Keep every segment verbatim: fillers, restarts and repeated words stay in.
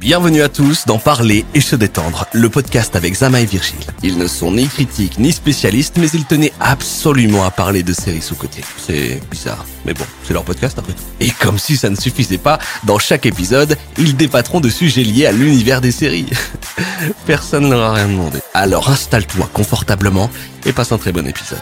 Bienvenue à tous dans Parler et se détendre, le podcast avec Zama et Virgile. Ils ne sont ni critiques ni spécialistes, mais ils tenaient absolument à parler de séries sous-cotées. C'est bizarre, mais bon, c'est leur podcast après tout. Et comme si ça ne suffisait pas, dans chaque épisode, ils débattront de sujets liés à l'univers des séries. Personne ne leur a rien demandé. Alors installe-toi confortablement et passe un très bon épisode.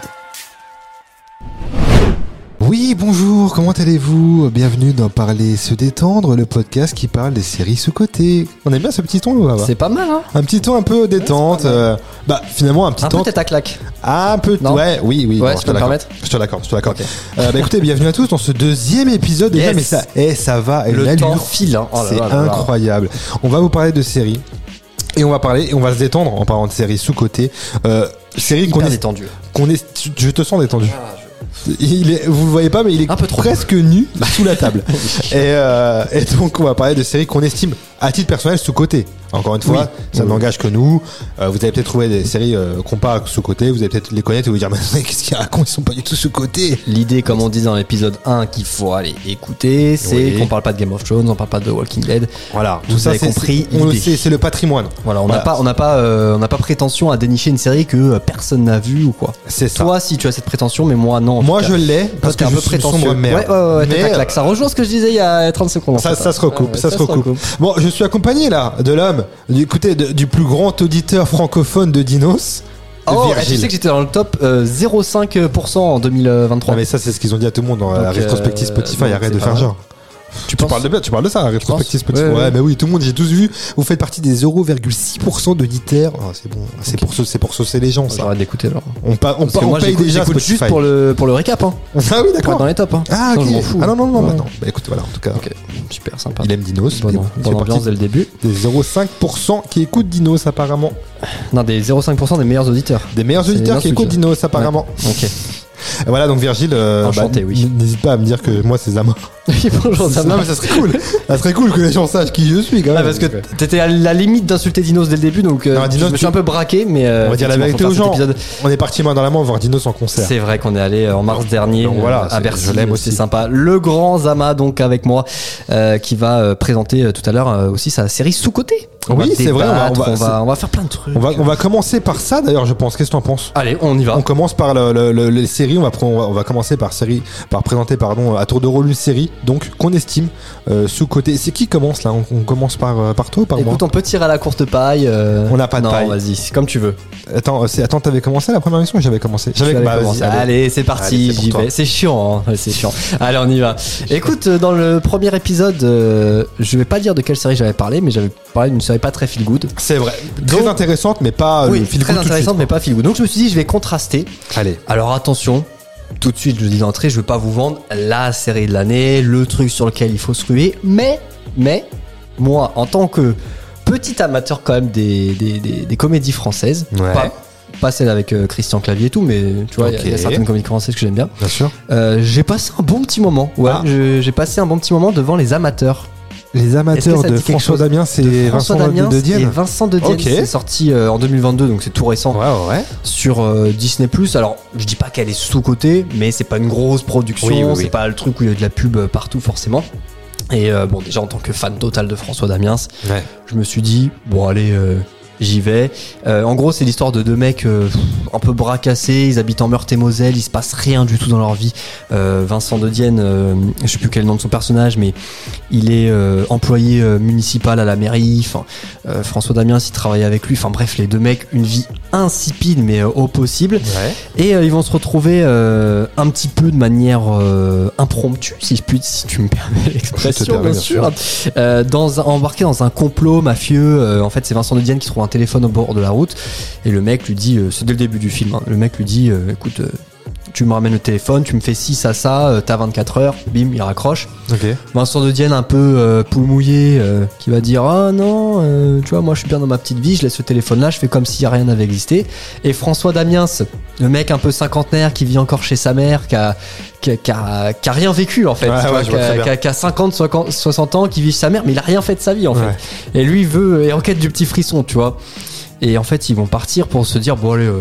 Oui, bonjour, comment allez-vous ? Bienvenue dans Parler se détendre, le podcast qui parle des séries sous-cotées. On aime bien ce petit ton, là, c'est pas mal, hein. Un petit ton un peu détente. Ouais, euh, bah, finalement, un petit un ton. Un peu tête à claque. Ah, un peu. Non ouais, oui, oui. Ouais, bon, tu peux me permettre ? Je te l'accorde, je te l'accorde. Okay. Euh, bah, écoutez, bienvenue à tous dans ce deuxième épisode. Déjà, yes. mais ça, eh, ça va. Le l'allure, temps file, hein. Oh là c'est là là incroyable. Là. On va vous parler de séries. Et on va parler, et on va se détendre en parlant de séries sous-cotées. Euh, séries qu'on est détendu. Qu'on est, je te sens détendu. Ah, je... Il est, vous le voyez pas, mais il est un peu trop presque nu sous la table. et, euh, et donc, on va parler de séries qu'on estime à titre personnel sous-cotées. Encore une fois, oui. ça oui. n'engage que nous. Euh, vous avez peut-être trouvé des séries euh, qu'on pas sous-cotées. Vous allez peut-être les connaître et vous dire, mais qu'est-ce qu'ils racontent ? Ils sont pas du tout sous-cotés. L'idée, comme on disait dans l'épisode un, qu'il faut aller écouter, c'est oui. qu'on parle pas de Game of Thrones, on parle pas de Walking Dead. Voilà. Vous tout avez ça, compris. C'est, on le sait, c'est le patrimoine. Voilà. On n'a voilà. pas, on n'a pas, euh, on n'a pas prétention à dénicher une série que personne n'a vue ou quoi. C'est ça. Toi, si tu as cette prétention, mais moi, non. Moi, je l'ai parce que un je peu suis prétentieux. sombre merde. Ouais, ouais, ouais. Mais euh... ça rejoint ce que je disais il y a trente secondes. Ça, ça se recoupe. Ça se recoupe. Bon, je suis accompagné là de l'homme. Écoutez. Du plus grand auditeur francophone de Dinos. Oh, tu sais que j'étais dans le top euh, zéro virgule cinq pour cent en deux mille vingt-trois. Ah mais ça, c'est ce qu'ils ont dit à tout le monde dans donc, la rétrospective Spotify. Euh, arrête de faire genre. Tu, tu, parles de, tu parles de ça, la rétrospective Spotify. Ouais, ouais, bah oui, tout le monde, j'ai tous vu. Vous faites partie des zéro virgule six pour cent d'auditeurs. Oh, c'est bon, c'est okay. pour c'est pour saucer les gens, ça. J'arrête d'écouter alors. On, pa, on, pa, on moi, paye déjà Spotify. Juste pour le pour le récap, hein. Ah oui, d'accord. Dans les tops, hein. Ah ok. Non, je m'en fous. Ah non non non, ouais. bah non. Bah écoute, voilà, en tout cas. Ok, super sympa. Il aime Dinos. Bonne, bonne ambiance dès le début. Des zéro virgule cinq pour cent qui écoutent Dinos apparemment. Non, des zéro virgule cinq pour cent des meilleurs auditeurs. Des meilleurs auditeurs qui écoutent Dinos apparemment. Ok. Voilà, donc Virgile, euh, enchanté, bah, oui. N'hésite pas à me dire que moi c'est Zama. Oui, bonjour Zama. Non, mais ça serait cool. Ça serait cool que les gens sachent qui je suis quand même. Ah, parce que t'étais à la limite d'insulter Dinos dès le début, donc euh, non, Dinos, je me suis un peu braqué, mais euh, on va dire la vérité aux gens. On est parti main dans la main voir Dinos en concert. C'est vrai qu'on est allé en mars dernier donc, voilà, à Bercy. Je l'aime aussi. C'est sympa. Le grand Zama donc avec moi, euh, qui va euh, présenter euh, tout à l'heure euh, aussi sa série sous-cotée. Oui, c'est vrai. On va, on, va, on, va, on va faire plein de trucs. On va, on va commencer par ça d'ailleurs, je pense. Qu'est-ce que t'en penses ? Allez, on y va. On commence par le, le, le, les séries. On va, on va, on va commencer par série, par présenter pardon à tour de rôle une série. Donc qu'on estime euh, sous côté. C'est qui commence là ? on, on commence par par toi ou par Écoute, moi ? Écoute, on peut tirer à la courte paille. Euh... On n'a pas de non, paille. Vas-y, c'est comme tu veux. Attends, c'est, attends, t'avais commencé la première émission ? J'avais commencé. J'avais bah, commencé. Allez, allez, c'est parti. Allez, c'est j'y vais. C'est chiant, hein. C'est chiant. Allez, on y va. Écoute, dans le premier épisode, euh, je vais pas dire de quelle série j'avais parlé, mais j'avais parlé d'une série pas très feel good. C'est vrai. Très donc, intéressante, mais pas oui, feel good. Très intéressante, mais pas feel good. Donc je me suis dit, je vais contraster. Allez. Alors attention. Tout de suite, je le dis d'entrée, je veux pas vous vendre la série de l'année, le truc sur lequel il faut se ruer, mais, mais, moi, en tant que petit amateur quand même des, des, des, des comédies françaises, ouais. pas, pas celle avec euh, Christian Clavier et tout, mais tu vois, il okay. y, y a certaines comédies françaises que j'aime bien. Bien sûr. Euh, j'ai passé un bon petit moment, ouais, ah. je, j'ai passé un bon petit moment devant Les Amateurs. Les Amateurs de François Damiens, c'est Vincent de Dienne. Et Vincent de Dienne, okay. C'est sorti euh, en deux mille vingt-deux, donc c'est tout récent. Ouais, ouais. Sur euh, Disney plus. Alors, je dis pas qu'elle est sous-cotée, mais c'est pas une grosse production. Oui, oui, oui. C'est pas le truc où il y a de la pub partout, forcément. Et euh, bon, déjà en tant que fan total de François Damiens, ouais. je me suis dit, bon, allez. Euh, J'y vais. Euh, en gros, c'est l'histoire de deux mecs euh, un peu bras cassés. Ils habitent en Meurthe-et-Moselle. Il se passe rien du tout dans leur vie. Euh, Vincent de Dienne, euh, je sais plus quel est le nom de son personnage, mais il est euh, employé euh, municipal à la mairie. Enfin, euh, François Damiens, il travaille avec lui. Enfin bref, les deux mecs, une vie insipide, mais euh, au possible. Ouais. Et euh, ils vont se retrouver euh, un petit peu de manière euh, impromptue, si je puis, si tu me permets l'expression, bien, bien sûr, sûr. Euh, dans un, embarqué dans un complot mafieux. Euh, en fait, c'est Vincent de Dienne qui trouve un téléphone au bord de la route et le mec lui dit, euh, c'est dès le début du film, hein, le mec lui dit euh, écoute, euh, tu me ramènes le téléphone, tu me fais ci, ça, ça, euh, t'as vingt-quatre heures, bim, il raccroche. Okay. Vincent de Dienne un peu euh, poule mouillé euh, qui va dire ah non, euh, tu vois, moi je suis bien dans ma petite vie, je laisse ce téléphone là, je fais comme si rien n'avait existé. Et François Damiens, le mec un peu cinquantenaire qui vit encore chez sa mère, qui a, qui a, qui a, qui a rien vécu en fait, ouais, tu ouais, vois, qui, a, qui, a, qui a cinquante, soixante ans, qui vit chez sa mère, mais il a rien fait de sa vie en fait. Ouais. Et lui il veut, est en quête du petit frisson, tu vois. Et en fait ils vont partir pour se dire bon allez, euh,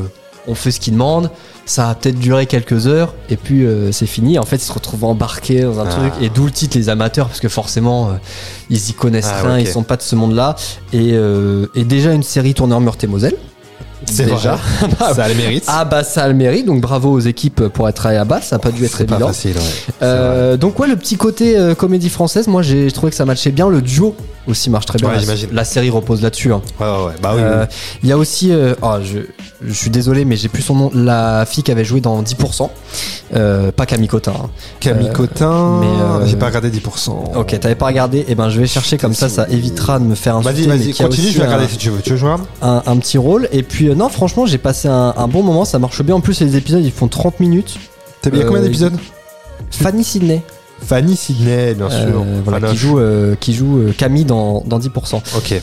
on fait ce qu'ils demandent, ça a peut-être duré quelques heures et puis euh, c'est fini. En fait, ils se retrouvent embarqués dans un ah. truc et d'où le titre les amateurs parce que forcément euh, ils y connaissent ah, rien, okay. ils sont pas de ce monde-là et, euh, et déjà une série tournée en Meurthe-et-Moselle. C'est déjà ça a le mérite. Ah bah ça a le mérite, donc bravo aux équipes pour être allé à bas, ça a pas dû être c'est évident. Pas facile, ouais. euh, donc ouais, le petit côté euh, comédie française, moi j'ai trouvé que ça matchait bien, le duo aussi marche très bien. Ouais, la, j'imagine. La série repose là-dessus. Hein. Ouais ouais ouais. Bah oui. Euh, oui. Il y a aussi, euh, oh, je, je suis désolé mais j'ai plus son nom, la fille qui avait joué dans dix pour cent, euh, pas Camille Cotin. Hein. Camille euh, Cotin. Mais euh, j'ai pas regardé dix pour cent. Ok, t'avais pas regardé, et eh ben je vais chercher comme ça, ça évitera de me faire insulter. Vas-y vas-y, continue, je vais regarder un, si tu veux. Tu veux jouer un, un petit rôle et puis euh, non franchement j'ai passé un, un bon moment, ça marche bien. En plus les épisodes ils font trente minutes. T'as bien euh, combien d'épisodes? Fanny Sidney. Fanny Sidney, bien sûr. Euh, voilà, qui joue, euh, qui joue euh, Camille dans, dans dix pour cent. Ok.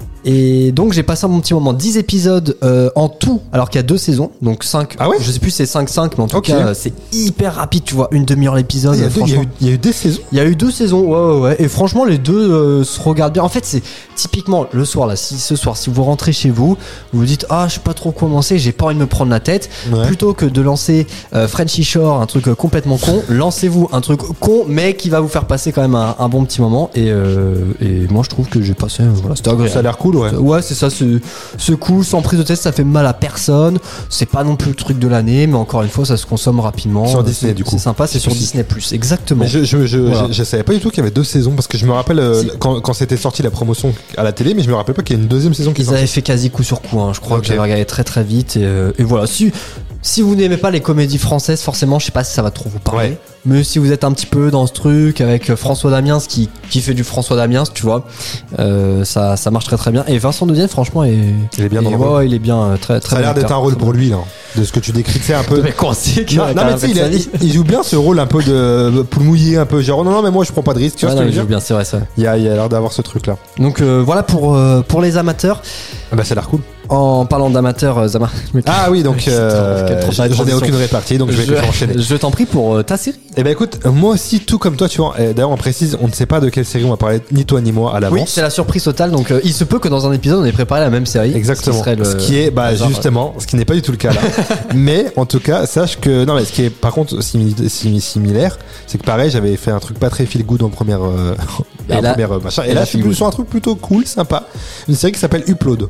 Et donc j'ai passé un bon petit moment, dix épisodes euh, en tout, alors qu'il y a deux saisons, donc cinq. Ah ouais. Je sais plus si c'est cinq cinq, mais en tout okay. cas c'est hyper rapide, tu vois, une demi-heure l'épisode. Il y, y, y a eu des saisons. Il y a eu deux saisons, ouais ouais ouais. Et franchement les deux euh, se regardent bien. En fait c'est typiquement le soir là, si ce soir si vous rentrez chez vous, vous vous dites ah je sais pas trop commencer, j'ai pas envie de me prendre la tête, ouais. Plutôt que de lancer euh, Frenchy Shore, un truc euh, complètement con, lancez-vous un truc con mais qui va vous faire passer quand même un, un bon petit moment. Et, euh, et moi je trouve que j'ai passé, euh, voilà, c'était agréable. Ça a l'air cool, ouais. Ouais c'est ça. Ce, ce coup sans prise de tête, ça fait mal à personne, c'est pas non plus le truc de l'année, mais encore une fois ça se consomme rapidement sur Disney. Du coup c'est sympa, c'est, c'est sur Disney plus, exactement. Mais je, je, je, voilà. je, je savais pas du tout qu'il y avait deux saisons parce que je me rappelle euh, si. quand, quand c'était sorti la promotion à la télé, mais je me rappelle pas qu'il y a une deuxième saison qui ils avaient fait quasi coup sur coup, hein. Je crois okay. que j'avais regardé très très vite et, euh, et voilà. Si, si vous n'aimez pas les comédies françaises, forcément je sais pas si ça va trop vous parler, ouais. Mais si vous êtes un petit peu dans ce truc avec François Damiens qui, qui fait du François Damiens, tu vois, euh, ça, ça marche très très bien. Et Vincent Dedienne, franchement, est, il est bien dans le ouais, rôle. Il est bien, très très. Ça a l'air d'être un rôle pour lui là, de ce que tu décris, c'est un peu. Mais quoi, c'est non, non mais tu sais, il, il, il joue bien ce rôle un peu de poule mouillée, un peu genre non non mais moi je prends pas de risque. Tu vois ah ce non, que je il joue bien, c'est vrai ça. Il y a, il y a l'air d'avoir ce truc là. Donc euh, voilà pour euh, pour les amateurs. Ah bah ça a l'air cool. En parlant d'amateurs, Zama. Ah oui, donc euh, j'en ai aucune répartie, donc je vais je, enchaîner. Je t'en prie pour euh, ta série. Eh ben écoute, moi aussi, tout comme toi, tu vois. D'ailleurs, on précise, on ne sait pas de quelle série on va parler, ni toi ni moi à l'avance. Oui, c'est la surprise totale. Donc, euh, il se peut que dans un épisode, on ait préparé la même série. Exactement. Ce, le, ce qui est, bah hasard, justement, ce qui n'est pas du tout le cas là. Mais en tout cas, sache que non, mais ce qui est par contre simili- simili- similaire, c'est que pareil, j'avais fait un truc pas très feel good en première, euh, et en là, première euh, machin. Et, et là, je suis sur un truc plutôt cool, sympa. Une série qui s'appelle Upload.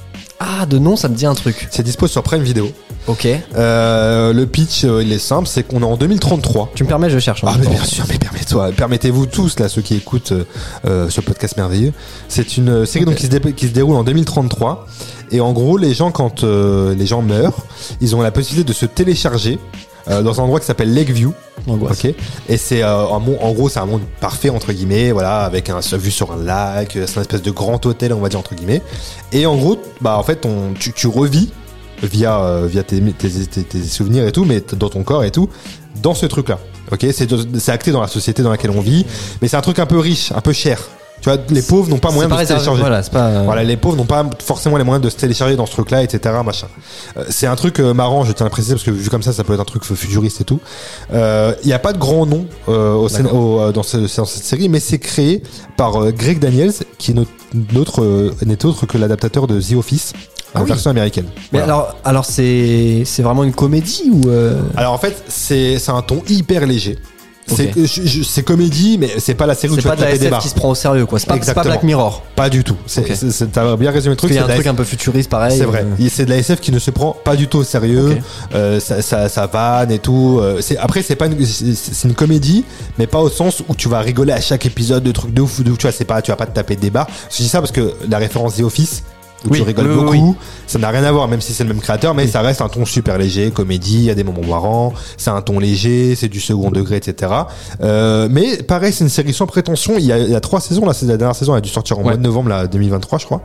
Ah, de nom, ça me dit un truc. C'est dispo sur Prime Video. Ok. Euh, le pitch, euh, il est simple, c'est qu'on est en deux mille trente-trois. Tu me permets, je cherche. Ah, mais bien sûr, mais permets-toi, permettez-vous tous, là, ceux qui écoutent euh, ce podcast merveilleux. C'est une série okay. donc, qui, se dé- qui se déroule en deux mille trente-trois. Et en gros, les gens, quand euh, les gens meurent, ils ont la possibilité de se télécharger euh, dans un endroit qui s'appelle Lakeview. Angoisse. Ok. Et c'est euh, un monde, en gros, c'est un monde parfait entre guillemets, voilà, avec un vue sur un lac. C'est une espèce de grand hôtel, on va dire entre guillemets. Et en gros, bah en fait, on, tu, tu revis via euh, via tes, tes, tes, tes souvenirs et tout, mais dans ton corps et tout, dans ce truc-là. Ok. C'est c'est acté dans la société dans laquelle on vit, mais c'est un truc un peu riche, un peu cher. Tu vois, les pauvres n'ont pas moyen de se télécharger. Voilà, c'est pas, euh... voilà, les pauvres n'ont pas forcément les moyens de se télécharger dans ce truc-là, et cetera. Machin. Euh, c'est un truc euh, marrant, je tiens à le préciser parce que vu comme ça, ça peut être un truc futuriste et tout. Il euh, y a pas de grand nom euh, au scén- au, euh, dans, ce, dans cette série, mais c'est créé par euh, Greg Daniels, qui est notre, notre euh, n'est autre que l'adaptateur de The Office. Ah en oui. version américaine. Mais voilà. alors, alors c'est c'est vraiment une comédie ou euh... Alors en fait, c'est c'est un ton hyper léger. Okay. C'est, je, je, c'est comédie, mais c'est pas la série où c'est tu vas pas de la S F qui se prend au sérieux, quoi. C'est pas, c'est pas Black Mirror. Pas du tout. C'est, okay. c'est, c'est, t'as bien résumé le truc. Il y a c'est un truc S... un peu futuriste, pareil. C'est vrai. Euh... C'est de la S F qui ne se prend pas du tout au sérieux. Okay. Euh, ça, ça, ça vanne et tout. C'est, après, c'est pas une, c'est, c'est une comédie, mais pas au sens où tu vas rigoler à chaque épisode de trucs de ouf, de ouf. Tu vois, c'est pas, tu vas pas te taper des barres. Je dis ça parce que la référence The Office, où oui, tu rigoles oui, beaucoup, oui. Ça n'a rien à voir, même si c'est le même créateur, mais oui. Ça reste un ton super léger, comédie, il y a des moments marrants, c'est un ton léger, c'est du second degré, et cetera. Euh, mais pareil, c'est une série sans prétention, il y a, il y a trois saisons, là, c'est la dernière saison, elle a dû sortir en ouais. mois de novembre, là, deux mille vingt-trois, je crois.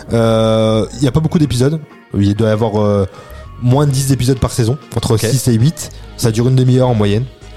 Euh, il y a pas beaucoup d'épisodes, il doit y avoir euh, moins de dix épisodes par saison, entre okay. six et huit, ça dure une demi-heure en moyenne.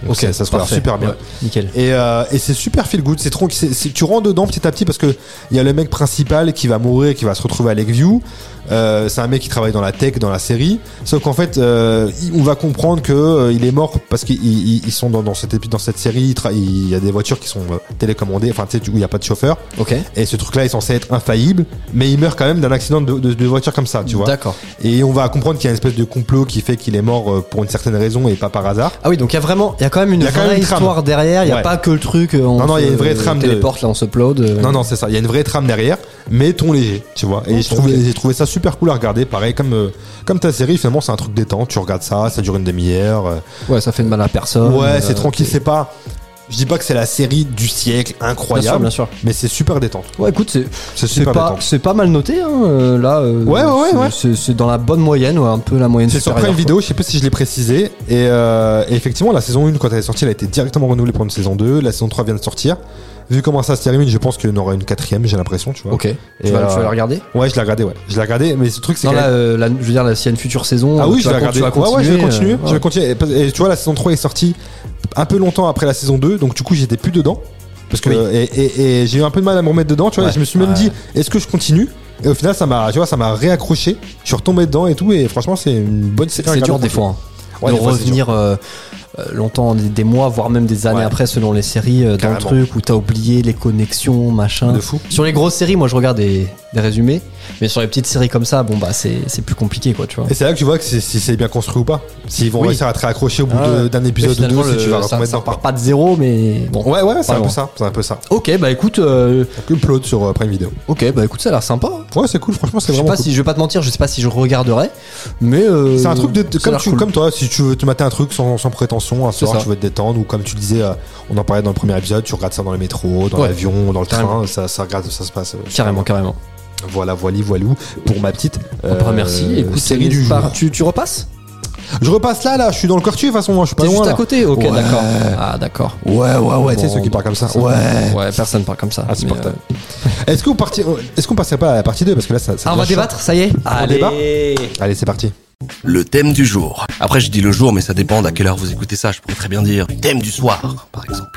Donc okay, ça se regarde super bien. Ouais, nickel. Et, euh, et c'est super feel good. C'est trop. C'est, c'est, tu rentres dedans petit à petit parce que il y a le mec principal qui va mourir, qui va se retrouver à Lakeview. Euh, c'est un mec qui travaille dans la tech dans la série. Sauf qu'en fait, euh, on va comprendre que euh, il est mort parce qu'ils ils, ils sont dans, dans cette dans cette série. Il y a des voitures qui sont euh, télécommandées. Enfin, tu sais, où il y a pas de chauffeur. Ok. Et ce truc-là est censé être infaillible, mais il meurt quand même d'un accident de, de, de voiture comme ça, tu vois. D'accord. Et on va comprendre qu'il y a une espèce de complot qui fait qu'il est mort pour une certaine raison et pas par hasard. Ah oui, donc il y a vraiment, il y a quand même une vraie même une histoire derrière. Il y a ouais. pas que le truc. On non non, il y a une vraie trame de téléporte là, on se upload. Euh... Non non, c'est ça. Il y a une vraie trame derrière, mais ton léger, tu vois. Et oh, je trouvais, j'ai trouvé ça super cool à regarder. Pareil comme euh, comme ta série, finalement, c'est un truc détente. Tu regardes ça, ça dure une demi-heure. Euh... Ouais, ça fait de mal à personne. Ouais, euh, c'est tranquille. Okay. C'est pas. Je dis pas que c'est la série du siècle incroyable, bien sûr, bien sûr. Mais c'est super détente. Ouais, écoute, c'est c'est, c'est pas détente. C'est pas mal noté hein, euh, là. Euh, ouais, ouais, ouais. ouais. C'est, c'est dans la bonne moyenne, ouais, un peu la moyenne. C'est sur Prime Video, je sais pas si je l'ai précisé. Et, euh, et effectivement, la saison un, quand elle est sortie, elle a été directement renouvelée pour une saison deux. La saison trois vient de sortir. Vu comment ça se termine, je pense qu'il y en aura une quatrième, j'ai l'impression, tu vois. Ok. Et tu vas, euh, tu vas la regarder ? Ouais, je l'ai regardé, ouais. Je l'ai regardé, mais ce truc, c'est non, que. là, euh, la, je veux dire, là, s'il y a une future saison. Ah oui, je vais regarder. Ouais, ouais, je vais continuer. Euh, ouais. Je vais continuer. Et, et tu vois, la saison trois est sortie un peu longtemps après la saison deux, donc du coup, j'étais plus dedans. Parce que, oui. et, et, et j'ai eu un peu de mal à me remettre dedans, tu vois. Ouais. Et je me suis même ouais. dit, est-ce que je continue ? Et au final, ça m'a, tu vois, ça m'a réaccroché. Je suis retombé dedans et tout, et franchement, c'est une bonne série. C'est dur des fois. Hein. Ouais, de revenir euh, longtemps, des, des mois, voire même des années ouais. après, selon les séries, euh, dans le truc où t'as oublié les connexions, machin. De fou. Sur les grosses séries, moi je regarde des, des résumés, mais sur les petites séries comme ça, bon bah c'est, c'est plus compliqué quoi, tu vois. Et c'est là que tu vois que c'est, si c'est bien construit ou pas. S'ils vont oui. réussir à te réaccrocher au bout ah, de, d'un épisode ou deux, le, si tu vas ça, remettre ça dedans. part pas de zéro, mais bon. Ouais, ouais, c'est un peu ça. C'est un peu ça. Ok, bah écoute. Euh... Upload sur euh, Prime Video. Ok, bah écoute, ça a l'air sympa. Ouais, c'est cool, franchement, c'est je vraiment sais pas cool. Si, je vais pas te mentir, je sais pas si je regarderai, mais. Euh, c'est un truc de. Comme, tu, cool. comme toi, si tu veux te mater un truc sans, sans prétention, un soir, tu veux te détendre, ou comme tu le disais, euh, on en parlait dans le premier épisode, tu regardes ça dans le métro, dans ouais. l'avion, dans le train, ça, ça regarde, ça se passe. Euh, carrément, carrément. Voilà, voilà, voilou pour ma petite. Euh, bah, merci. Écoute, série du jour. Tu, tu repasses ? Je repasse là, là, je suis dans le quartier, de toute façon, moi, je suis pas T'es loin. juste là. à côté, ok, ouais. d'accord. Ah, d'accord. Ouais, ouais, ouais, bon, tu sais, ceux qui bon, parlent comme ça. Ouais. Ouais, personne parle comme ça. Ah, c'est mais euh... Est-ce qu'on partit... Est-ce qu'on passerait pas à la partie deux ? Parce que là, ça. ça ah, on va débattre, ça y est ? Allez. Débat Allez, c'est parti. Le thème du jour. Après, je dis le jour, mais ça dépend d'à quelle heure vous écoutez ça. Je pourrais très bien dire thème du soir, par exemple.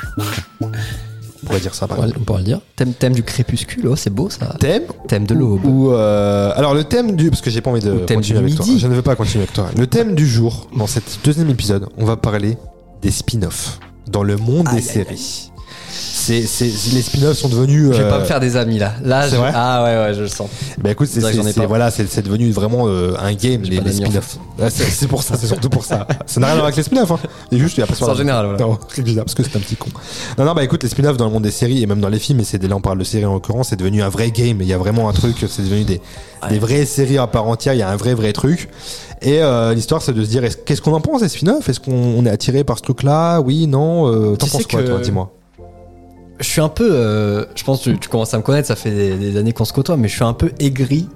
On pourrait dire ça, par ouais, exemple. On pourrait le dire. Thème, thème du crépuscule, oh, c'est beau ça. Thème Thème de l'aube. Ou, euh, alors, le thème du. Parce que j'ai pas envie de ou thème continuer du avec midi. toi. Je ne veux pas continuer avec toi. Le thème du jour, dans cet deuxième épisode, on va parler des spin-offs dans le monde aïe, des aïe, séries. Aïe. C'est, c'est, les spin-offs sont devenus. Je vais euh... pas me faire des amis là. Là, c'est je... vrai ah ouais, ouais, je le sens. Bah écoute, c'est, c'est, c'est voilà, c'est, c'est devenu vraiment euh, un game les, les spin-offs. Ouais, c'est, c'est pour ça, c'est surtout pour ça. Ça n'a rien à voir avec les spin-offs. Hein. Et juste, il y a pas. C'est en général. Voilà. Non, c'est bizarre parce que c'est un petit con. Non, non, bah écoute, les spin-offs dans le monde des séries et même dans les films, et c'est là on parle de séries en l'occurrence, c'est devenu un vrai game. Il y a vraiment un truc, c'est devenu des ouais. des vraies séries à part entière. Il y a un vrai vrai truc. Et euh, l'histoire, c'est de se dire, est-ce, qu'est-ce qu'on en pense des spin-offs ? Est-ce qu'on on est attiré par ce truc-là ? Oui, non. Euh, t'en penses quoi, que... toi ? Dis-moi. Je suis un peu, euh, je pense que tu, tu commences à me connaître, ça fait des, des années qu'on se côtoie, mais je suis un peu aigri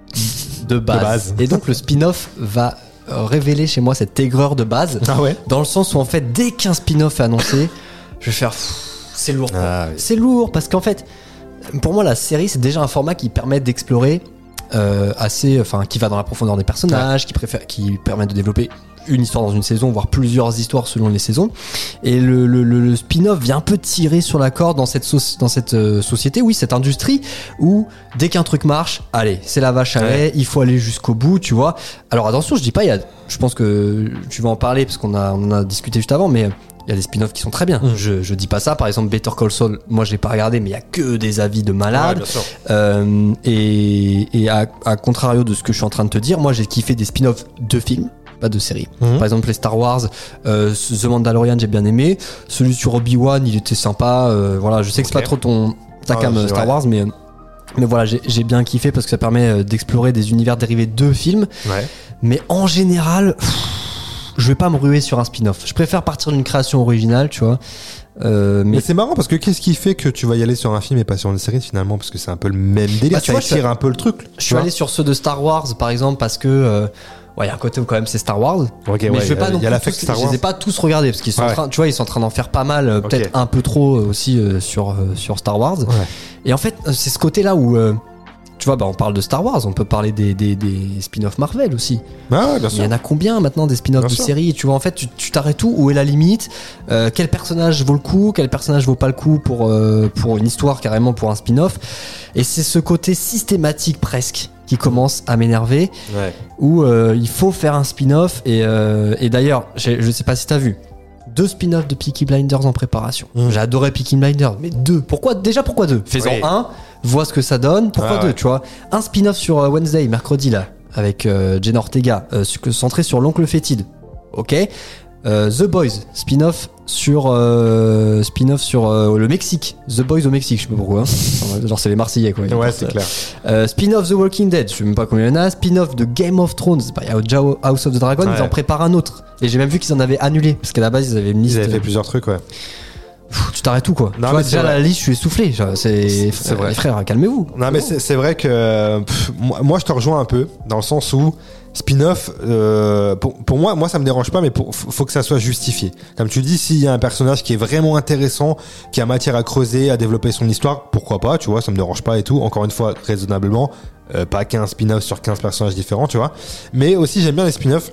de base. De base. Et donc le spin-off va révéler chez moi cette aigreur de base, ah ouais dans le sens où en fait dès qu'un spin-off est annoncé, je vais faire pff, c'est lourd, ah, oui. c'est lourd parce qu'en fait pour moi la série c'est déjà un format qui permet d'explorer euh, assez, enfin qui va dans la profondeur des personnages, ouais. qui préfère, qui permet de développer une histoire dans une saison, voire plusieurs histoires selon les saisons. Et le, le, le spin-off vient un peu tirer sur la corde dans cette, so- dans cette euh, société, oui, cette industrie où dès qu'un truc marche, allez, c'est la vache à lait, ouais. il faut aller jusqu'au bout, tu vois. Alors attention, je dis pas, il y a, je pense que tu vas en parler parce qu'on a, on en a discuté juste avant, mais il y a des spin-offs qui sont très bien. Mmh. Je, je dis pas ça. Par exemple, Better Call Saul, moi je l'ai pas regardé, mais il y a que des avis de malades. Ouais, euh, et et à, à contrario de ce que je suis en train de te dire, moi j'ai kiffé des spin-offs de films. Pas de série. Mmh. Par exemple les Star Wars, euh, The Mandalorian j'ai bien aimé. Celui sur Obi-Wan il était sympa. Euh, voilà, je sais que okay. c'est pas trop ton ta cam oh, Star ouais. Wars, mais mais voilà j'ai, j'ai bien kiffé parce que ça permet d'explorer des univers dérivés de films. Ouais. Mais en général, pff, je vais pas me ruer sur un spin-off. Je préfère partir d'une création originale, tu vois. Euh, mais... mais c'est marrant parce que qu'est-ce qui fait que tu vas y aller sur un film et pas sur une série finalement, parce que c'est un peu le même délire. Bah, tu ça vois, étire un peu le truc. Je suis allé sur ceux de Star Wars par exemple parce que euh, ouais, il y a un côté où quand même c'est Star Wars. Okay, mais ouais, je vais pas non plus. Tous, je les ai pas tous regardés parce qu'ils sont ouais. en train, tu vois, ils sont en train d'en faire pas mal, euh, peut-être okay. un peu trop aussi euh, sur euh, sur Star Wars. Ouais. Et en fait, c'est ce côté-là où euh, tu vois, bah, on parle de Star Wars, on peut parler des, des, des spin-off Marvel aussi. Ah ouais, bien sûr. Il y en a combien maintenant des spin-offs bien de sûr. séries? Tu vois, en fait, tu, tu t'arrêtes où? Où est la limite? euh, Quel personnage vaut le coup? Quel personnage vaut pas le coup pour, euh, pour une histoire, carrément pour un spin-off? Et c'est ce côté systématique presque qui commence à m'énerver, ouais. où euh, il faut faire un spin-off. Et, euh, et d'ailleurs, je sais pas si t'as vu, deux spin-offs de Peaky Blinders en préparation. Mmh. J'ai adoré Peaky Blinders, mais deux. Pourquoi? Déjà, pourquoi deux? Fais-en oui. un, vois ce que ça donne. Pourquoi ah, deux, ouais. tu vois? Un spin-off sur Wednesday, mercredi, là, avec euh, Jenna Ortega, euh, centré sur l'oncle fétide. Ok. Euh, The Boys, spin-off sur euh, spin-off sur euh, le Mexique. The Boys au Mexique, je sais pas pourquoi. Hein. Genre c'est les Marseillais quoi. Ouais, c'est clair. Euh, spin-off The Walking Dead, je sais même pas combien il y en a. Spin-off de Game of Thrones, il y a House of the Dragon, ouais. ils en préparent un autre. Et j'ai même vu qu'ils en avaient annulé parce qu'à la base ils avaient une liste. Ils avaient fait plusieurs trucs, ouais. Pff, tu t'arrêtes tout quoi. Non, tu vois, déjà la liste, je suis essoufflé. Genre, c'est, c'est, c'est vrai. Les frères, calmez-vous. Non mais c'est, c'est vrai que pff, moi je te rejoins un peu dans le sens où spin-off, euh, pour, pour moi, moi ça me dérange pas, mais pour, faut que ça soit justifié. Comme tu dis, s'il y a un personnage qui est vraiment intéressant, qui a matière à creuser, à développer son histoire, pourquoi pas, tu vois, ça me dérange pas et tout. Encore une fois, raisonnablement, euh, pas quinze spin-offs sur quinze personnages différents, tu vois. Mais aussi, j'aime bien les spin-offs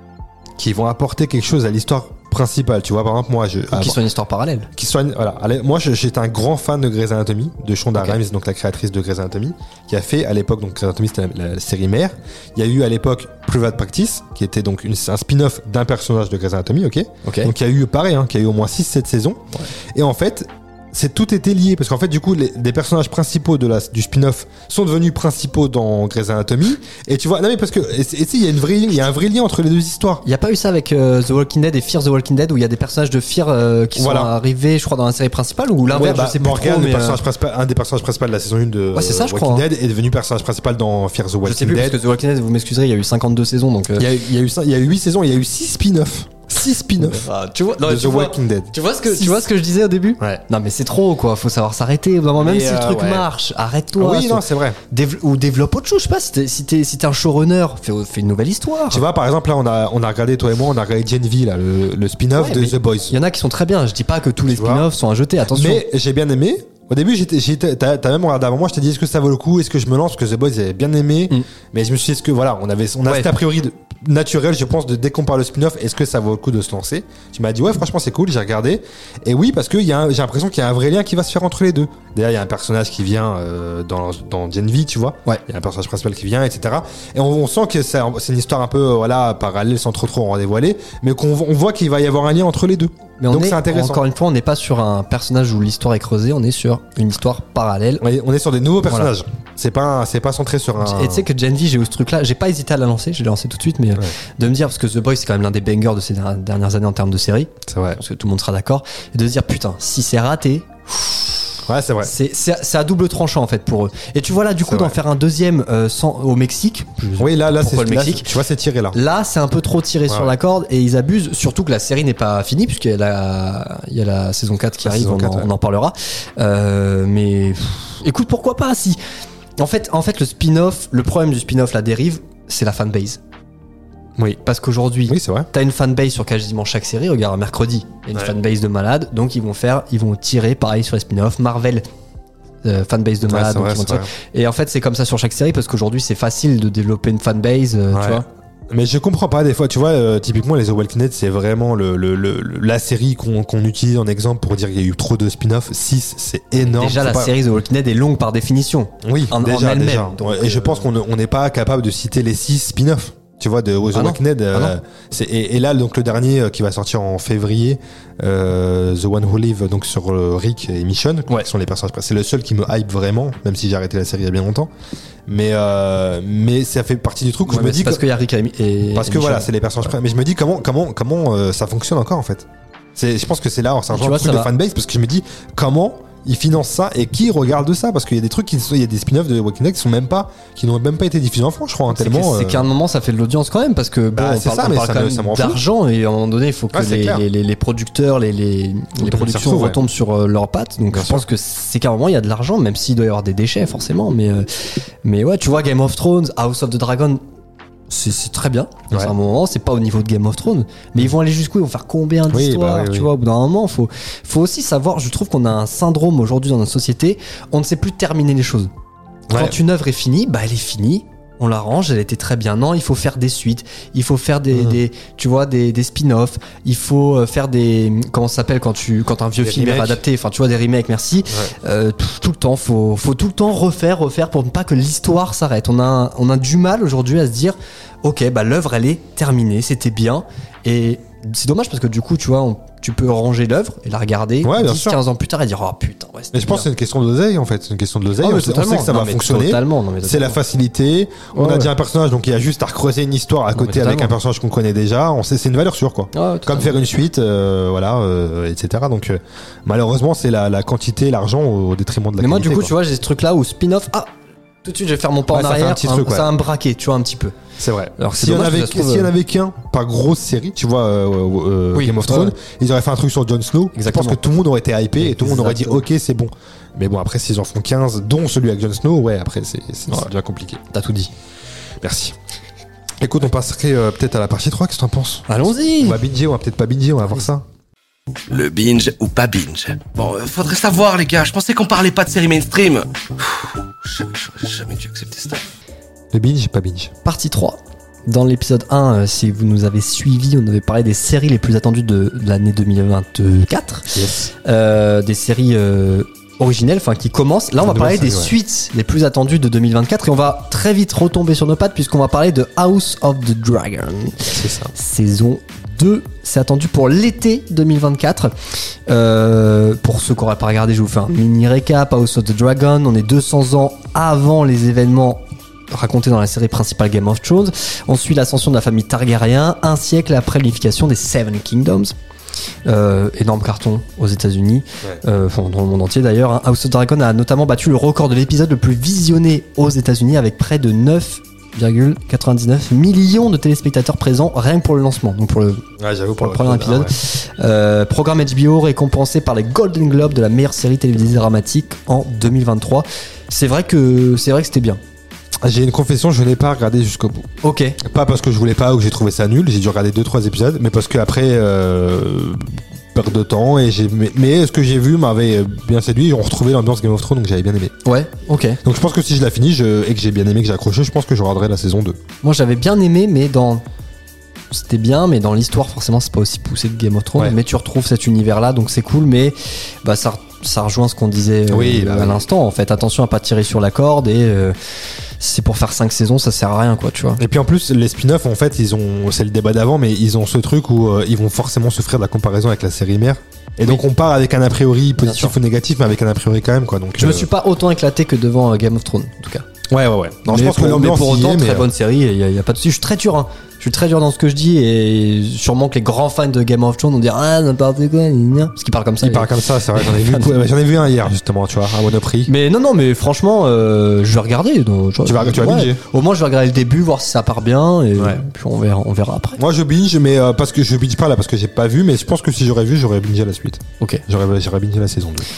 qui vont apporter quelque chose à l'histoire principale, tu vois. Par exemple, moi, je. Ou qui soit une histoire parallèle. Qui soit une, voilà. Moi, je, j'étais un grand fan de Grey's Anatomy, de Shonda okay. Rhimes, donc la créatrice de Grey's Anatomy, qui a fait à l'époque, donc Grey's Anatomy, c'était la, la série mère. Il y a eu à l'époque Private Practice, qui était donc une, un spin-off d'un personnage de Grey's Anatomy, ok. okay. Donc il y a eu pareil, hein, qui a eu au moins six sept saisons. Ouais. Et en fait, c'est tout était lié parce qu'en fait du coup les, les personnages principaux de la du spin-off sont devenus principaux dans Grey's Anatomy et tu vois non mais parce que et tu sais il y a une vraie il y a un vrai lien entre les deux histoires. Il y a pas eu ça avec euh, The Walking Dead et Fear the Walking Dead où il y a des personnages de Fear euh, qui voilà. sont arrivés je crois dans la série principale ou l'inverse ouais, bah, je sais Morgan, pas trop, le personnage euh... principal, un des personnages principaux de la saison un de ouais, c'est ça, Walking crois, Dead hein. est devenu personnage principal dans Fear the Walking Dead. Je sais plus Dead. parce que The Walking Dead vous m'excuserez il y a eu cinquante-deux saisons donc euh... il y a il y a eu il y a eu huit saisons il y a eu six spin-offs. six spin-offs ah, tu vois, non, de tu The vois, Walking Dead. Tu vois ce que tu vois ce que je disais au début ouais. Non mais c'est trop quoi, faut savoir s'arrêter. Vraiment, même mais si euh, le truc ouais. marche, arrête-toi. Oui, non, c'est vrai. Dév- ou développe autre chose, je sais pas. Si t'es si t'es, si t'es un showrunner, fais, fais une nouvelle histoire. Tu vois, par exemple là, on a on a regardé toi et moi, on a regardé Gen V là, le, le spin-off ouais, de The Boys. Il y en a qui sont très bien. Je dis pas que tous les tu spin-offs vois. sont à jeter. Attention. Mais j'ai bien aimé. Au début, j'étais, j'étais, t'as, t'as même regardé avant moi, je t'ai dit est-ce que ça vaut le coup, est-ce que je me lance, parce que The Boys j'avais bien aimé, mm. mais je me suis dit est-ce que voilà, on avait, on a ouais. cet a priori de, naturel, je pense, de dès qu'on parle de spin-off, est-ce que ça vaut le coup de se lancer? Tu m'as dit ouais, franchement c'est cool, j'ai regardé, et oui parce que il y a, un, j'ai l'impression qu'il y a un vrai lien qui va se faire entre les deux. D'ailleurs, il y a un personnage qui vient euh, dans dans Gen V, tu vois, ouais. il y a un personnage principal qui vient, et cetera. Et on, on sent que c'est, c'est une histoire un peu euh, voilà parallèle, sans trop trop en dévoiler, mais qu'on on voit qu'il va y avoir un lien entre les deux. Mais on donc est, c'est intéressant. Encore une fois, on n'est pas sur un personnage où l'histoire est creusée, on est sur une histoire parallèle. On est, on est sur des nouveaux personnages. Voilà. C'est pas, c'est pas centré sur un. Et tu sais que Gen V, j'ai eu ce truc-là, j'ai pas hésité à la lancer, je l'ai lancé tout de suite, mais ouais. de me dire parce que The Boys c'est quand même l'un des bangers de ces dernières années en termes de série. C'est vrai. Parce que tout le monde sera d'accord. Et de se dire putain, si c'est raté. Ouais, c'est vrai. C'est, c'est, c'est à double tranchant en fait pour eux. Et tu vois là, du coup, c'est d'en vrai. faire un deuxième euh, sans, au Mexique. Oui, là, là, c'est le Mexique. Là, tu vois, c'est tiré là. Là, c'est un peu trop tiré ouais. sur la corde et ils abusent. Surtout que la série n'est pas finie puisqu'il y a la, il y a la saison quatre qui la arrive. On, quatre, en, ouais. on en parlera. Euh, mais pff, écoute, pourquoi pas si. En fait, en fait, le spin-off, le problème du spin-off, la dérive, c'est la fanbase. Oui, parce qu'aujourd'hui, oui, c'est vrai. T'as une fanbase sur quasiment chaque série. Regarde, mercredi, il y a une ouais. fanbase de malade, donc ils vont faire, ils vont tirer pareil sur les spin-offs. Marvel, euh, fanbase de malade, ouais, donc vrai, et en fait, c'est comme ça sur chaque série parce qu'aujourd'hui, c'est facile de développer une fanbase, euh, ouais. tu vois. Mais je comprends pas des fois, tu vois, euh, typiquement les The Walking Dead, c'est vraiment le, le, le, la série qu'on, qu'on utilise en exemple pour dire qu'il y a eu trop de spin-offs. six, c'est énorme. Déjà, la pas... série The Walking Dead est longue par définition. Oui, en, déjà, en elle-même. Déjà. Donc, et euh... je pense qu'on n'est pas capable de citer les six spin-offs. Tu vois, de The ah Walking Dead. Euh, ah c'est, et, et là, donc le dernier euh, qui va sortir en février, euh, The One Who Live, donc sur euh, Rick et Michonne, ouais. qui sont les personnages. C'est le seul qui me hype vraiment, même si j'ai arrêté la série il y a bien longtemps. Mais euh, mais ça fait partie du truc où ouais, je me dis parce que, qu'il y a Rick et, et parce et que Michonne. Voilà, c'est les personnages. Ouais. Mais je me dis comment comment comment euh, ça fonctionne encore en fait. C'est, je pense que c'est là, c'est un genre de truc de fanbase parce que je me dis comment ils financent ça et qui regarde ça parce qu'il y a des trucs qui il y a des spin-offs de Walking Dead qui sont même pas qui n'ont même pas été diffusés en France je crois hein, c'est tellement que, c'est euh... qu'à un moment ça fait de l'audience quand même parce que bon, bah, on c'est parle, ça, on mais parle ça quand me, même ça d'argent et à un moment donné il faut que ouais, les, les, les producteurs les, les, les productions surtout, retombent ouais. sur euh, leurs pattes donc Bien je sûr. pense que c'est qu'à un moment il y a de l'argent même s'il doit y avoir des déchets forcément mais euh, mais ouais tu vois Game of Thrones House of the Dragon C'est, c'est très bien dans ouais. un moment, c'est pas au niveau de Game of Thrones, mais ils vont aller jusqu'où, ils vont faire combien d'histoires, oui, bah, oui, tu oui. vois, au bout d'un moment, faut, faut aussi savoir, je trouve qu'on a un syndrome aujourd'hui dans notre société, on ne sait plus terminer les choses. Ouais. Quand une œuvre est finie, bah elle est finie. On l'arrange, elle était très bien. Non, il faut faire des suites, il faut faire des, mmh. des tu vois, des, des spin-offs, il faut faire des, comment ça s'appelle quand tu, quand un vieux des film remakes. Est adapté, enfin tu vois des remakes, merci. Ouais. Euh, tout, tout le temps, faut, faut tout le temps refaire, refaire pour ne pas que l'histoire s'arrête. On a, on a du mal aujourd'hui à se dire, ok, bah l'œuvre elle est terminée, c'était bien et c'est dommage parce que du coup, tu vois, on, tu peux ranger l'œuvre et la regarder ouais, dix quinze ans plus tard et dire oh putain ouais, mais je pense que c'est une question de l'oseille en fait, c'est une question de l'oseille. Oh, on, sait, on sait que ça non, va fonctionner. Totalement, non, c'est la facilité. On ouais, a dit ouais. un personnage donc il y a juste à recreuser une histoire à non, côté avec un personnage qu'on connaît déjà. On sait c'est une valeur sûre quoi. Ouais, comme faire une suite, euh, voilà, euh, et cetera. Donc euh, malheureusement c'est la, la quantité, l'argent au détriment de la. Mais qualité. Mais moi du coup quoi. tu vois j'ai ce truc là où spin-off ah tout de suite je vais faire mon pas ouais, en arrière. Un, truc, ouais. Ça va me braquer tu vois un petit peu. C'est vrai. Alors s'il y en avait, s'il y en avait qu'un par grosse série, tu vois, euh, euh, oui, Game of Thrones, ouais. ils auraient fait un truc sur Jon Snow. Exactement. Je pense que tout le monde aurait été hypé et tout le monde aurait dit ok c'est bon. Mais bon après s'ils en font quinze, dont celui avec Jon Snow, ouais après c'est, c'est, ouais. c'est bien compliqué. T'as tout dit. Merci. Écoute, on passerait euh, peut-être à la partie trois. Qu'est-ce que t'en penses ? Allons-y. On va binger, on va peut-être pas binger, on va voir ça. Le binge ou pas binge. Bon, euh, faudrait savoir les gars. Je pensais qu'on parlait pas de séries mainstream. J'aurais jamais dû accepter ça. Le binge, pas binge. Partie trois. Dans l'épisode un, euh, si vous nous avez suivis, on avait parlé des séries les plus attendues de, de l'année deux mille vingt-quatre. Yes. Euh, des séries euh, originelles, enfin qui commencent. Là, on va parler série, des ouais. suites les plus attendues de deux mille vingt-quatre et on va très vite retomber sur nos pattes puisqu'on va parler de House of the Dragon. C'est ça. Saison deux. C'est attendu pour l'été deux mille vingt-quatre. Euh, pour ceux qui n'auraient pas regardé, je vous fais un mini récap. House of the Dragon, on est deux cents ans avant les événements raconté dans la série principale Game of Thrones. On suit l'ascension de la famille Targaryen un siècle après l'unification des Seven Kingdoms. Euh, énorme carton aux États-Unis, ouais. euh, enfin, dans le monde entier d'ailleurs. Hein. House of Dragon a notamment battu le record de l'épisode le plus visionné aux États-Unis avec près de neuf virgule quatre-vingt-dix-neuf millions de téléspectateurs présents rien que pour le lancement, donc pour le, ouais, j'avoue, pour pour le premier épisode. Ah, ouais. euh, programme H B O récompensé par les Golden Globes de la meilleure série télévisée dramatique en deux mille vingt-trois. C'est vrai que c'est vrai que c'était bien. J'ai une confession, je n'ai pas regardé jusqu'au bout. Ok. Pas parce que je voulais pas ou que j'ai trouvé ça nul, j'ai dû regarder deux trois épisodes, mais parce que après euh, perte de temps et j'ai mais, mais ce que j'ai vu m'avait bien séduit, on retrouvait l'ambiance Game of Thrones donc j'avais bien aimé. Ouais, ok. Donc je pense que si je la finis je, et que j'ai bien aimé, que j'ai accroché, je pense que je regarderai la saison deux. Moi j'avais bien aimé, mais dans c'était bien, mais dans l'histoire forcément c'est pas aussi poussé que Game of Thrones, ouais. Mais tu retrouves cet univers là donc c'est cool, mais bah ça ça rejoint ce qu'on disait euh, oui, bah, à l'instant en fait. Attention à pas tirer sur la corde et euh, c'est pour faire cinq saisons, ça sert à rien quoi, tu vois. Et puis en plus les spin-offs en fait, ils ont c'est le débat d'avant mais ils ont ce truc où euh, ils vont forcément souffrir de la comparaison avec la série mère. Et oui. Donc on part avec un a priori positif ou négatif mais avec un a priori quand même quoi. Donc je euh... me suis pas autant éclaté que devant euh, Game of Thrones en tout cas. Ouais ouais ouais. Non, mais je pense pour, que l'ambiance pour autant est, très mais... bonne série, il y, y a pas de souci, je suis très dur hein. Je suis très dur dans ce que je dis et sûrement que les grands fans de Game of Thrones vont dire ah n'importe quoi parce qu'ils parlent comme ça. Ils parlent comme ça, c'est vrai. J'en ai vu, j'en ai vu un hier justement, tu vois, à Monoprix. Mais non non, mais franchement, euh, je vais regarder. Donc, tu, vois, tu vas, tu vas ouais. binger. Au moins, je vais regarder le début, voir si ça part bien et ouais. Puis on verra, on verra après. Moi, je binge, mais euh, parce que je binge pas là, parce que j'ai pas vu, mais je pense que si j'aurais vu, j'aurais bingé la suite. Ok. J'aurais, j'aurais bingé la saison deux.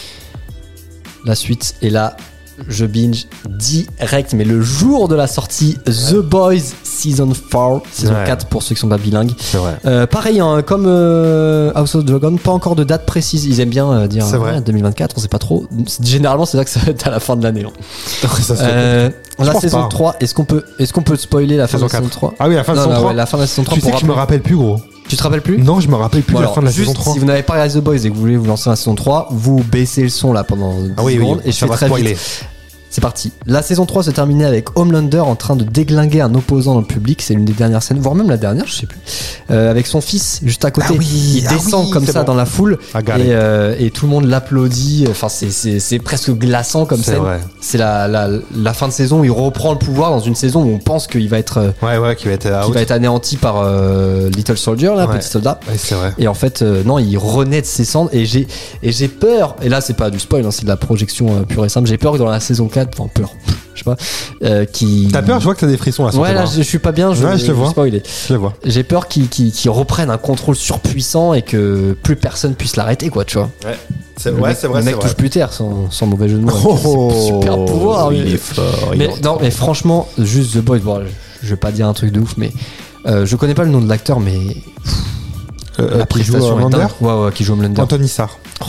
La suite est là. Je binge direct, mais le jour de la sortie, ouais. The Boys Season quatre, saison ouais. quatre pour ceux qui sont pas bilingues. C'est vrai. Euh, pareil, hein, comme euh, House of the Dragon, pas encore de date précise. Ils aiment bien euh, dire ah, deux mille vingt-quatre, on sait pas trop. Généralement, c'est là que ça va être à la fin de l'année. Hein. Ça euh, la saison pas. trois, est-ce qu'on peut, est-ce qu'on peut spoiler la fin saison de la saison trois? Ah oui, la fin de la saison trois. Ouais, la fin de la saison trois. Tu sais que je me rappelle plus, gros. Tu te rappelles plus? Non, je me rappelle plus bon, de la alors, fin de la juste, saison trois. Si vous n'avez pas regardé The Boys et que vous voulez vous lancer dans la saison trois, vous baissez le son là pendant dix ah oui, secondes oui, et je fais très spoiler. vite. C'est parti. La saison trois se terminait avec Homelander en train de déglinguer un opposant dans le public. C'est l'une des dernières scènes, voire même la dernière, je sais plus. Euh, avec son fils juste à côté. Ah oui, il ah descend oui, comme ça bon. Dans la foule ah, et, euh, et tout le monde l'applaudit. Enfin, c'est, c'est, c'est presque glaçant comme scène. Vrai. C'est la, la, la fin de saison où il reprend le pouvoir dans une saison où on pense qu'il va être, ouais, ouais, qu'il va être, qu'il va être anéanti par euh, Little Soldier, là, ouais. petit soldat. Ouais, c'est vrai. Et en fait, euh, non, il renaît de ses cendres et j'ai, et j'ai peur. Et là, c'est pas du spoil, hein, c'est de la projection euh, pure et simple. J'ai peur que dans la saison quatre, enfin, peur. Je sais pas, euh, qui. T'as peur? Je vois que t'as des frissons là. Ouais, là, je, je suis pas bien. Je, ouais, je, je le vois. Spoiler. Je le vois. J'ai peur qu'ils, qu'ils, qu'ils reprennent un contrôle surpuissant et que plus personne puisse l'arrêter, quoi, tu vois. Ouais. C'est, ouais, mec, c'est vrai. Le mec c'est touche vrai. plus terre, sans, sans mauvais jeu de mots. Oh, c'est super pouvoir. Il mais, est fort. Mais il non, mais franchement, juste The Boys. Bon, je, je vais pas dire un truc de ouf, mais euh, je connais pas le nom de l'acteur, mais euh, la qui joue prestation Homelander. Ouais, ouais, qui joue Homelander. Anthony Sarr. Oh,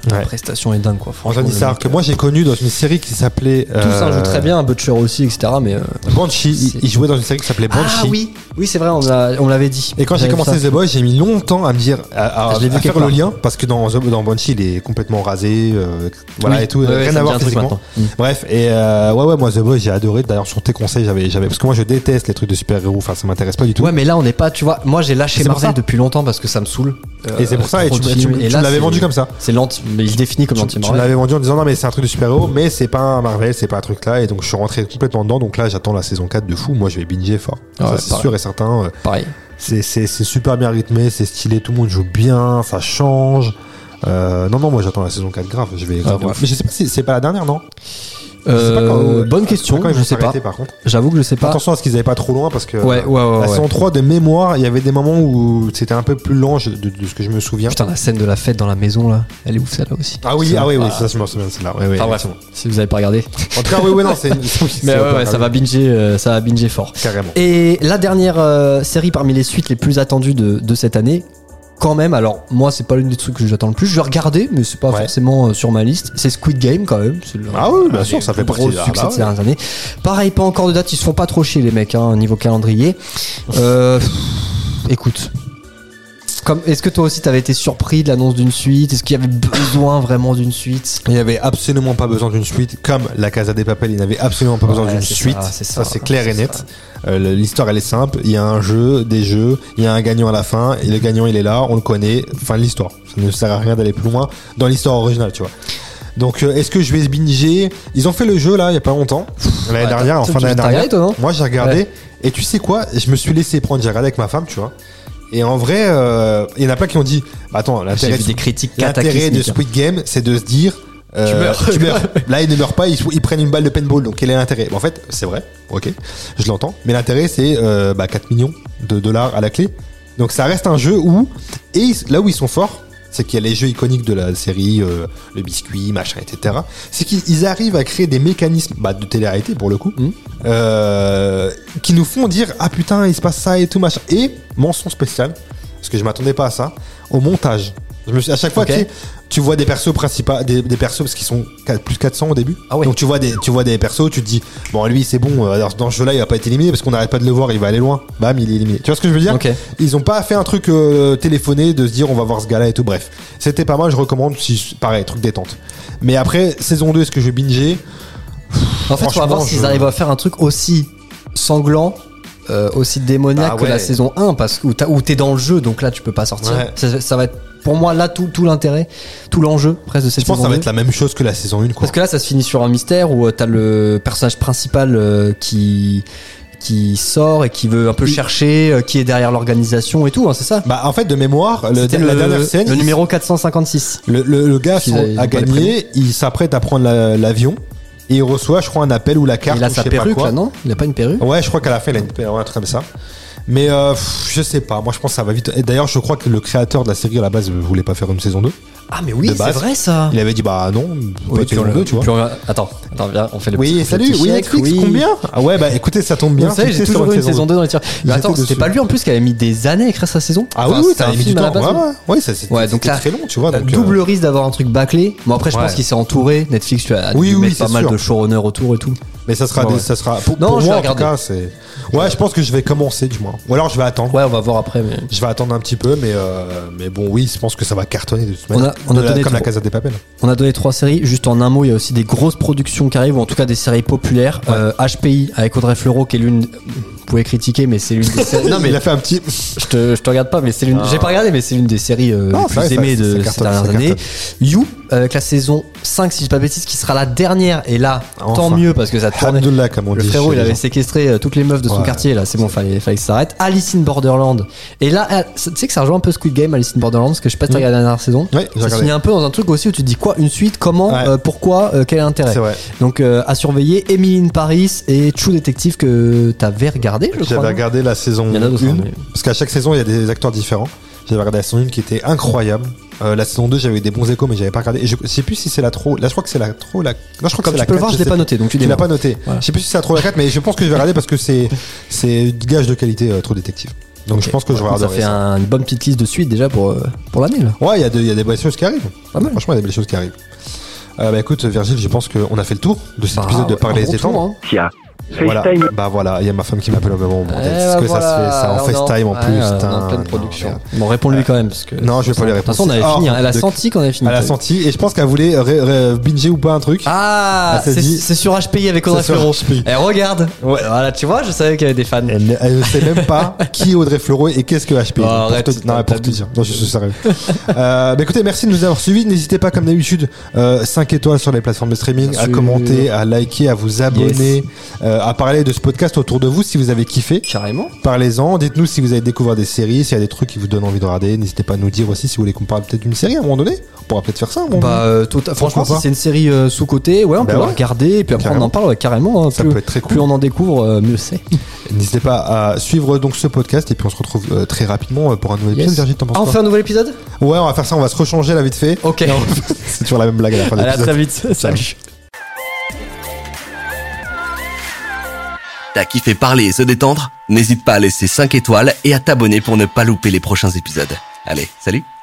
La Ouais. prestation est dingue, quoi. Franchement, Anthony Starr, que moi j'ai connu dans une série qui s'appelait. Tout ça euh, joue très bien, Butcher aussi, et cetera. Mais. Euh, Banshee. c'est... Il, il jouait dans une série qui s'appelait Banshee. Ah oui, oui, c'est vrai, on, l'a, on l'avait dit. Et quand j'ai J'avais commencé ça. The Boys, j'ai mis longtemps à me dire, à, à, Je l'ai vu à faire quelque le part. lien, parce que dans, The- dans Banshee, il est complètement rasé, euh, voilà Oui. et tout, Ouais, ouais, rien ça à me voir dit un truc physiquement. maintenant. Mm. Bref, et euh, ouais, ouais, moi The Boys, j'ai adoré. D'ailleurs, sur tes conseils, j'avais, j'avais, parce que moi je déteste les trucs de super-héros, enfin ça m'intéresse pas du tout. Ouais, mais là, on n'est pas, tu vois, moi j'ai lâché C'est pour Marvel ça. depuis longtemps parce que ça me saoule. Et c'est pour ça, et trop tu, de tu, films. tu Et me là, l'avais c'est- vendu comme ça. C'est l'anti, mais il se définit comme Tu, l'anti tu me Marvel. l'avais vendu en disant non, mais c'est un truc de super-héros, mais c'est pas un Marvel, c'est pas un truc là, et donc je suis rentré complètement dedans. Donc là, j'attends la saison quatre de fou. Moi, je vais binger fort. Ouais, ça, c'est pareil. sûr et certain. Pareil. C'est, c'est, c'est super bien rythmé, c'est stylé, tout le monde joue bien, ça change. Euh, non, non, moi j'attends la saison quatre grave. Je vais. Ah, ouais. Mais je sais pas si c'est pas la dernière, non? Je sais Euh, pas quand- bonne je sais question, pas quand ils je vont sais pas. s'arrêter, par contre. J'avoue que je sais pas. Attention à ce qu'ils avaient pas trop loin parce que Ouais, ouais, ouais. la ouais. saison trois de mémoire, il y avait des moments où c'était un peu plus lent je- de, de ce que je me souviens. Putain, la scène de la fête dans la maison là, elle est ouf celle-là aussi. Ah oui, C'est- ah oui, oui, ah. ça je me souviens de celle-là. Ouais, ouais, Enfin bref, effectivement. si vous avez pas regardé. En tout cas, oui, oui, non, c'est. oui, Mais c'est ouais, pas ouais, ça va binger, euh, ça va binger fort. carrément. Et la dernière euh, série parmi les suites les plus attendues de, de cette année, quand même, alors moi c'est pas l'une des trucs que j'attends le plus, je vais regarder, mais c'est pas Ouais. forcément euh, sur ma liste. C'est Squid Game quand même. C'est le- Ah oui, bien un sûr, des ça fait plus partie gros de- ah succès bah de ces ouais. dernières années. Pareil, pas encore de date, ils se font pas trop chier les mecs, hein, niveau calendrier. Euh, pff, écoute. Comme, est-ce que toi aussi t'avais été surpris de l'annonce d'une suite? Est-ce qu'il y avait besoin vraiment d'une suite? Il n'y avait absolument pas besoin d'une suite, comme la Casa des Papel, il n'avait absolument pas besoin Ouais, d'une c'est suite. ça, c'est ça, ça, c'est clair et c'est net. ça. Euh, le- l'histoire, elle est simple. Il y a un jeu, des jeux, il y a un gagnant à la fin, et le gagnant, il est là, on le connaît. Fin de l'histoire. Ça ne sert à rien d'aller plus loin dans l'histoire originale, tu vois. Donc, euh, est-ce que je vais binger? Ils ont fait le jeu là, il y a pas longtemps, l'année Ouais, dernière, en t'as- fin t'as d'année regardé, dernière. toi, non Moi, j'ai regardé. Ouais. Et tu sais quoi? Je me suis laissé prendre. J'ai regardé avec ma femme, tu vois. Et en vrai, euh, il y en a plein qui ont dit, bah, attends, J'ai l'intérêt vu de- des critiques l'intérêt de cataclysmiques. Squid Game, c'est de se dire, euh, Tu meurs. tu meurs. Là, ils ne meurent pas, ils, ils prennent une balle de paintball. Donc, quel est l'intérêt? En fait, c'est vrai, ok, je l'entends. Mais l'intérêt, c'est euh, bah, quatre millions de dollars à la clé. Donc, ça reste un jeu où, et là où ils sont forts, c'est qu'il y a les jeux iconiques de la série, euh, le biscuit, machin, et cetera. C'est qu'ils arrivent à créer des mécanismes bah, de télé-réalité, pour le coup, Mmh. euh, qui nous font dire, ah putain, il se passe ça et tout, machin. Et, mention spéciale, parce que je m'attendais pas à ça, au montage. Je me suis, à chaque fois, Ok. tu sais, tu vois des persos principaux, des, des persos parce qu'ils sont quatre- plus quatre cents au début. Ah ouais. Donc tu vois des, tu vois des persos, tu te dis, bon lui c'est bon, euh, dans ce jeu-là il va pas être éliminé parce qu'on n'arrête pas de le voir, il va aller loin. Bam, il est éliminé. Tu vois ce que je veux dire? Ok. Ils ont pas fait un truc euh, téléphoné de se dire on va voir ce gars-là et tout. Bref, c'était pas mal, je recommande. Si pareil, truc détente. Mais après saison deux, est-ce que je vais binger? En fait, faut Franchement, voir s'ils je- arrivent à faire un truc aussi sanglant, euh, aussi démoniaque Ah que ouais. la saison un, parce que où t'as- où t'es dans le jeu, donc là tu peux pas sortir. Ouais. Ça, ça va être pour moi là tout, tout l'intérêt, tout l'enjeu presque de cette Je pense que saison ça va deux. être la même chose que la saison un, quoi. Parce que là ça se finit sur un mystère où euh, t'as le personnage principal euh, qui qui sort et qui veut un peu Oui. chercher euh, qui est derrière l'organisation et tout, hein, c'est ça? Bah en fait de mémoire, le, C'était la le, dernière scène, le il- numéro quatre cent cinquante-six. le, le, le gars Qu'ils sont- a- ils ont a pas les gagné, il s'apprête à prendre la- l'avion et il reçoit, je crois, un appel ou la carte. Il a ou je sa sais pas perruque quoi. là, non? Il a pas une perruque? Ouais, je crois qu'à la fin, il a une ouais, un truc comme ça. Mais euh, pff, je sais pas, moi je pense que ça va vite. Et d'ailleurs, je crois que le créateur de la série à la base voulait pas faire une saison deux. Ah mais oui, De c'est base. vrai ça. Il avait dit bah non, pas Oui, de saison deux, tu vois. puis on- attends, attends, viens, on fait le petit, Oui, on fait le salut, petit oui, chèque, Netflix, oui. combien? Ah ouais, bah écoutez, ça tombe bien. Vous savez, j'ai c'était toujours sur eu une saison deux dans les tirs. Mais Ils attends, étaient c'était dessus. pas lui en plus qui avait mis des années à écrire sa saison? Ah Enfin, oui, oui, c'était ça un a mis du film à temps. la base, Ouais, ouais, ouais, ça c'était Ouais, donc c'était là, très long, tu vois. T'as Donc, double euh, risque d'avoir un truc bâclé. Bon après je Ouais. pense qu'il s'est entouré. Netflix tu as Oui, dû oui, mettre pas c'est mal sûr. de showrunners autour et tout. Mais ça sera, Ouais. des, ça sera. Pour, Non, pour je vais moi, en tout regarder. cas, c'est. Ouais, je pense que je vais commencer, du moins. Ou alors je vais attendre. Ouais, on va voir après. Mais... Je vais attendre un petit peu, mais euh, mais bon, oui, je pense que ça va cartonner de toute On a- manière. on a De la- donné comme la trop. Casa des Papel. On a donné trois séries. Juste en un mot, il y a aussi des grosses productions qui arrivent, ou en tout cas des séries populaires. Ouais. Euh, H P I avec Audrey Fleurot, qui est l'une. Vous pouvez critiquer, mais c'est l'une des séries. Non mais il a fait un petit. je te, je te regarde pas, mais c'est l'une. Ah. J'ai pas regardé, mais c'est l'une des séries euh, Non, les ça, plus ça, aimées ça, de ça ces cartonne, dernières ça années. cartonne. You avec la saison cinq, si je dis pas de bêtises, qui sera la dernière. Et là, Enfin. tant mieux parce que ça tournait. Alhamdoulilah, comme on Le dit. frérot, chez il les avait gens. séquestré euh, toutes les meufs de son Ouais. quartier là. C'est bon, fallait, fallait que ça s'arrête. Alice in Borderland. Et là, euh, tu sais que ça rejoint un peu Squid Game, Alice in Borderland, parce que je sais pas si t'as Mm. regardé la dernière saison. Ouais, j'ai Ça se regardé. finit un peu dans un truc aussi où tu te dis quoi, une suite, comment, Ouais. euh, pourquoi, euh, quel est l'intérêt. C'est vrai. Donc euh, à surveiller. Emily in Paris et True Detective que t'avais regardé, je crois. J'avais non regardé la saison Il y en a d'autres, hein, un, mais- parce qu'à chaque saison il y a des acteurs différents. J'avais regardé la saison un qui était incroyable. Euh, la saison deux, j'avais eu des bons échos, mais j'avais pas regardé. Et je sais plus si c'est la trop. Là, je crois que c'est la trop. La... Non, je crois que Comme c'est la tu peux le quatre, voir, je l'ai sais pas noté, donc tu Tu l'as démarres. pas noté. Voilà. Je sais plus si c'est la trop ou la quatre, mais je pense que je vais regarder parce que c'est c'est gage de qualité euh, trop détective. Donc okay. je pense que je regarderai. Ça fait un, une bonne petite liste de suite déjà pour, pour l'année. Là. Ouais, il y, y a des belles choses qui arrivent. Pas mal. Franchement, il y a des belles choses qui arrivent. Euh, bah écoute, Virgile, je pense qu'on a fait le tour de cet bah, épisode de Parler et se détendre. Hein. Tiens. Voilà. Bah voilà, il y a ma femme qui m'appelle au moment. Eh Qu'est-ce que voilà. ça se fait ça en FaceTime en plus. Ouais, en pleine production. Bon, réponds-lui quand même parce que. Non, je vais pas lui répondre. De toute façon, on avait oh, fini. Hein. Elle a de... senti qu'on avait fini. Elle a senti et je pense qu'elle voulait ré- ré- binger ou pas un truc. Ah, c'est, dit... c'est sur H P I avec Audrey Fleurot. Elle regarde. Ouais. Voilà, tu vois, je savais qu'il y avait des fans. Elle, elle ne sait même pas qui est Audrey Fleurot et qu'est-ce que H P I. Oh, arrête, te... Non, pour te dire. Non, je suis sérieux. euh, bah écoutez, merci de nous avoir suivis. N'hésitez pas, comme d'habitude, euh, cinq étoiles sur les plateformes de streaming, à commenter, à liker, à vous abonner, à parler de ce podcast autour de vous si vous avez kiffé. Carrément. Parlez-en. Dites-nous si vous avez découvert des séries, s'il y a des trucs qui vous donnent envie de regarder. N'hésitez pas à nous dire aussi si vous voulez qu'on parle peut-être d'une série à un moment donné. On pourra peut-être faire ça. Bah, euh, tout, franchement, si c'est une série euh, sous-côté, ouais, on bah peut ouais. la regarder et puis après carrément. On en parle ouais, carrément. Hein, ça plus, peut être très cool. Plus on en découvre, euh, mieux c'est. N'hésitez pas à suivre donc ce podcast et puis on se retrouve euh, très rapidement pour un nouvel yes. épisode. Virgile, t'en penses ah, on quoi fait un nouvel épisode ? Ouais, on va faire ça. On va se rechanger là vite fait. Ok. C'est toujours la même blague à la fin de l'épisode. À très vite. Salut. T'as kiffé Parler et se détendre ? N'hésite pas à laisser cinq étoiles et à t'abonner pour ne pas louper les prochains épisodes. Allez, salut!